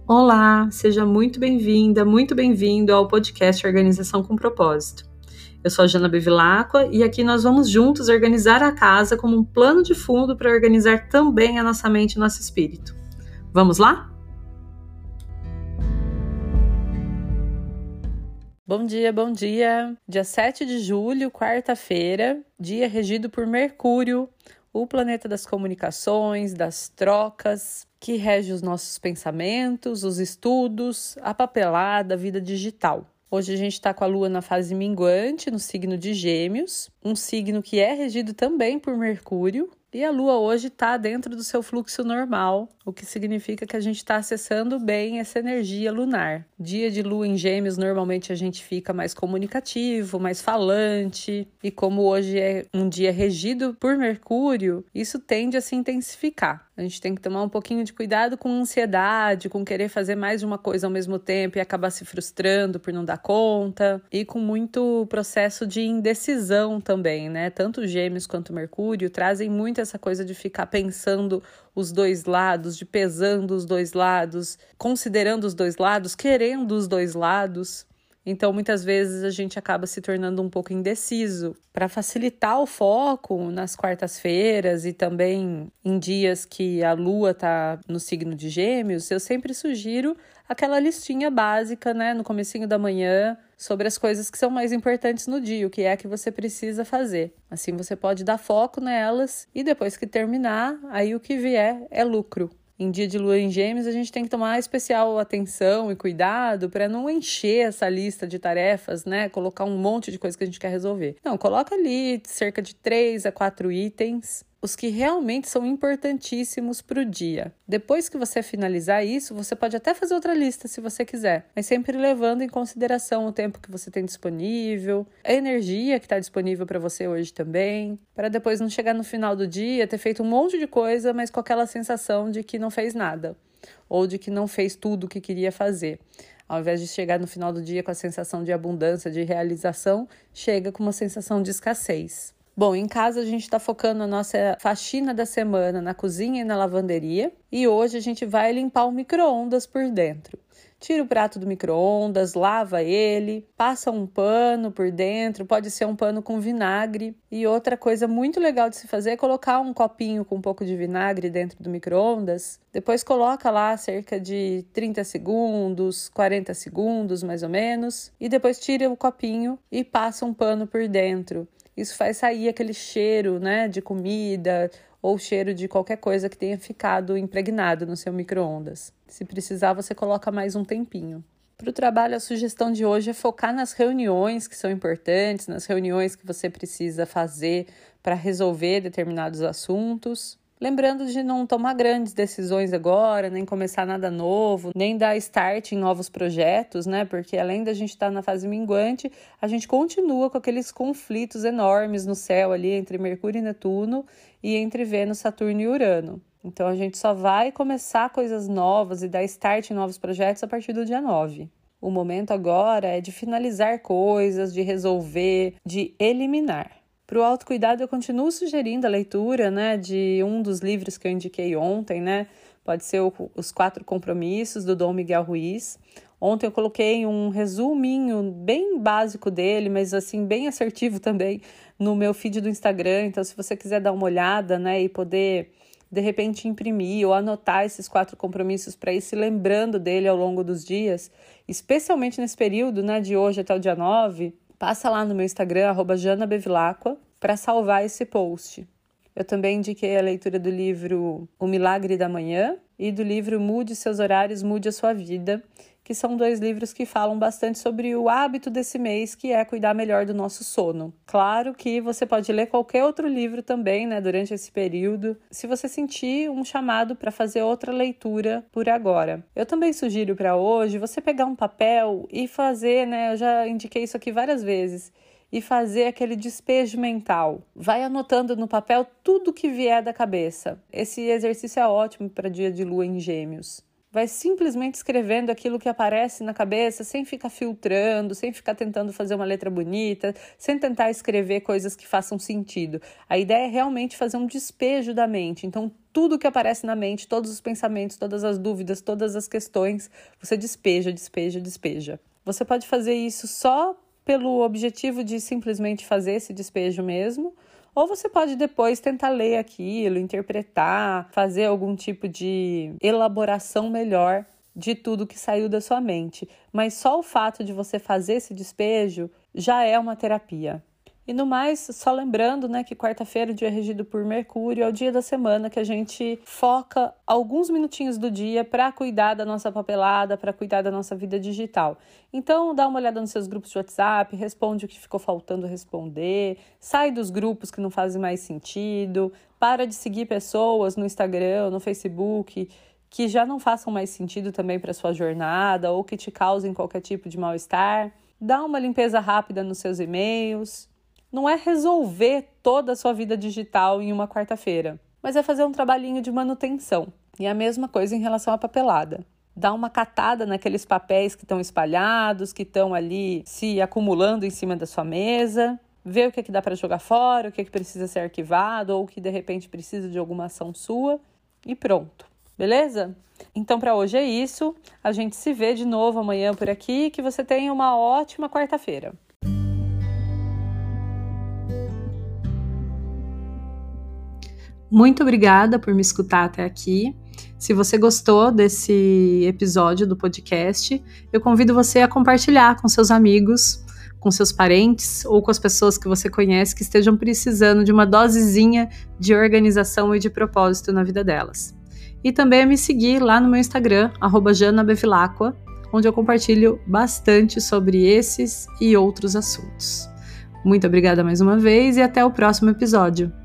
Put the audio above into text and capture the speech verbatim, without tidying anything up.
Olá, seja muito bem-vinda, muito bem-vindo ao podcast Organização com Propósito. Eu sou a Jana Bevilacqua e aqui nós vamos juntos organizar a casa como um plano de fundo para organizar também a nossa mente e nosso espírito. Vamos lá? Bom dia, bom dia! Dia sete de julho, quarta-feira, dia regido por Mercúrio, o planeta das comunicações, das trocas, que rege os nossos pensamentos, os estudos, a papelada, a vida digital. Hoje a gente está com a Lua na fase minguante, no signo de Gêmeos, um signo que é regido também por Mercúrio, e a Lua hoje está dentro do seu fluxo normal, o que significa que a gente está acessando bem essa energia lunar. Dia de Lua em Gêmeos, normalmente a gente fica mais comunicativo, mais falante, e como hoje é um dia regido por Mercúrio, isso tende a se intensificar. A gente tem que tomar um pouquinho de cuidado com ansiedade, com querer fazer mais de uma coisa ao mesmo tempo e acabar se frustrando por não dar conta, e com muito processo de indecisão também, né? Tanto Gêmeos quanto Mercúrio trazem muito essa coisa de ficar pensando os dois lados, de pesando os dois lados, considerando os dois lados, querendo os dois lados. Então, muitas vezes a gente acaba se tornando um pouco indeciso. Para facilitar o foco nas quartas-feiras e também em dias que a Lua está no signo de Gêmeos, eu sempre sugiro aquela listinha básica, né, no comecinho da manhã, sobre as coisas que são mais importantes no dia, o que é que você precisa fazer. Assim você pode dar foco nelas e depois que terminar, aí o que vier é lucro. Em dia de Lua em Gêmeos, a gente tem que tomar especial atenção e cuidado para não encher essa lista de tarefas, né? Colocar um monte de coisa que a gente quer resolver. Não, coloca ali cerca de três a quatro itens, os que realmente são importantíssimos para o dia. Depois que você finalizar isso, você pode até fazer outra lista se você quiser, mas sempre levando em consideração o tempo que você tem disponível, a energia que está disponível para você hoje também, para depois não chegar no final do dia, ter feito um monte de coisa, mas com aquela sensação de que não fez nada, ou de que não fez tudo o que queria fazer. Ao invés de chegar no final do dia com a sensação de abundância, de realização, chega com uma sensação de escassez. Bom, em casa a gente está focando a nossa faxina da semana na cozinha e na lavanderia. E hoje a gente vai limpar o micro-ondas por dentro. Tira o prato do micro-ondas, lava ele, passa um pano por dentro, pode ser um pano com vinagre. E outra coisa muito legal de se fazer é colocar um copinho com um pouco de vinagre dentro do micro-ondas. Depois coloca lá cerca de trinta segundos, quarenta segundos mais ou menos. E depois tira o copinho e passa um pano por dentro. Isso faz sair aquele cheiro, né, de comida ou cheiro de qualquer coisa que tenha ficado impregnado no seu micro-ondas. Se precisar, você coloca mais um tempinho. Para o trabalho, a sugestão de hoje é focar nas reuniões que são importantes, nas reuniões que você precisa fazer para resolver determinados assuntos. Lembrando de não tomar grandes decisões agora, nem começar nada novo, nem dar start em novos projetos, né? Porque além da gente estar na fase minguante, a gente continua com aqueles conflitos enormes no céu ali entre Mercúrio e Netuno e entre Vênus, Saturno e Urano. Então a gente só vai começar coisas novas e dar start em novos projetos a partir do dia nove. O momento agora é de finalizar coisas, de resolver, de eliminar. Para o autocuidado, eu continuo sugerindo a leitura, né, de um dos livros que eu indiquei ontem, né? Pode ser o, Os Quatro Compromissos, do Dom Miguel Ruiz. Ontem eu coloquei um resuminho bem básico dele, mas assim, bem assertivo também, no meu feed do Instagram. Então, se você quiser dar uma olhada, né, e poder, de repente, imprimir ou anotar esses quatro compromissos para ir se lembrando dele ao longo dos dias, especialmente nesse período, né, de hoje até o dia nove, passa lá no meu Instagram, arroba Jana Bevilacqua, para salvar esse post. Eu também indiquei a leitura do livro O Milagre da Manhã e do livro Mude Seus Horários, Mude a Sua Vida, que são dois livros que falam bastante sobre o hábito desse mês, que é cuidar melhor do nosso sono. Claro que você pode ler qualquer outro livro também, né, durante esse período, se você sentir um chamado para fazer outra leitura por agora. Eu também sugiro para hoje você pegar um papel e fazer, né, eu já indiquei isso aqui várias vezes, e fazer aquele despejo mental. Vai anotando no papel tudo que vier da cabeça. Esse exercício é ótimo para dia de Lua em Gêmeos. Vai simplesmente escrevendo aquilo que aparece na cabeça, sem ficar filtrando, sem ficar tentando fazer uma letra bonita, sem tentar escrever coisas que façam sentido. A ideia é realmente fazer um despejo da mente. Então, tudo que aparece na mente, todos os pensamentos, todas as dúvidas, todas as questões, você despeja, despeja, despeja. Você pode fazer isso só pelo objetivo de simplesmente fazer esse despejo mesmo, ou você pode depois tentar ler aquilo, interpretar, fazer algum tipo de elaboração melhor de tudo que saiu da sua mente. Mas só o fato de você fazer esse despejo já é uma terapia. E no mais, só lembrando, né, que quarta-feira, o dia regido por Mercúrio, é o dia da semana que a gente foca alguns minutinhos do dia para cuidar da nossa papelada, para cuidar da nossa vida digital. Então, dá uma olhada nos seus grupos de WhatsApp, responde o que ficou faltando responder, sai dos grupos que não fazem mais sentido, para de seguir pessoas no Instagram, no Facebook, que já não façam mais sentido também para sua jornada ou que te causem qualquer tipo de mal-estar. Dá uma limpeza rápida nos seus e-mails. Não é resolver toda a sua vida digital em uma quarta-feira, mas é fazer um trabalhinho de manutenção. E a mesma coisa em relação à papelada. Dá uma catada naqueles papéis que estão espalhados, que estão ali se acumulando em cima da sua mesa, ver o que, é que dá para jogar fora, o que, é que precisa ser arquivado ou o que de repente precisa de alguma ação sua e pronto. Beleza? Então, para hoje é isso. A gente se vê de novo amanhã por aqui. Que você tenha uma ótima quarta-feira. Muito obrigada por me escutar até aqui. Se você gostou desse episódio do podcast, eu convido você a compartilhar com seus amigos, com seus parentes ou com as pessoas que você conhece que estejam precisando de uma dosezinha de organização e de propósito na vida delas. E também a me seguir lá no meu Instagram, arroba Jana Bevilacqua, onde eu compartilho bastante sobre esses e outros assuntos. Muito obrigada mais uma vez e até o próximo episódio.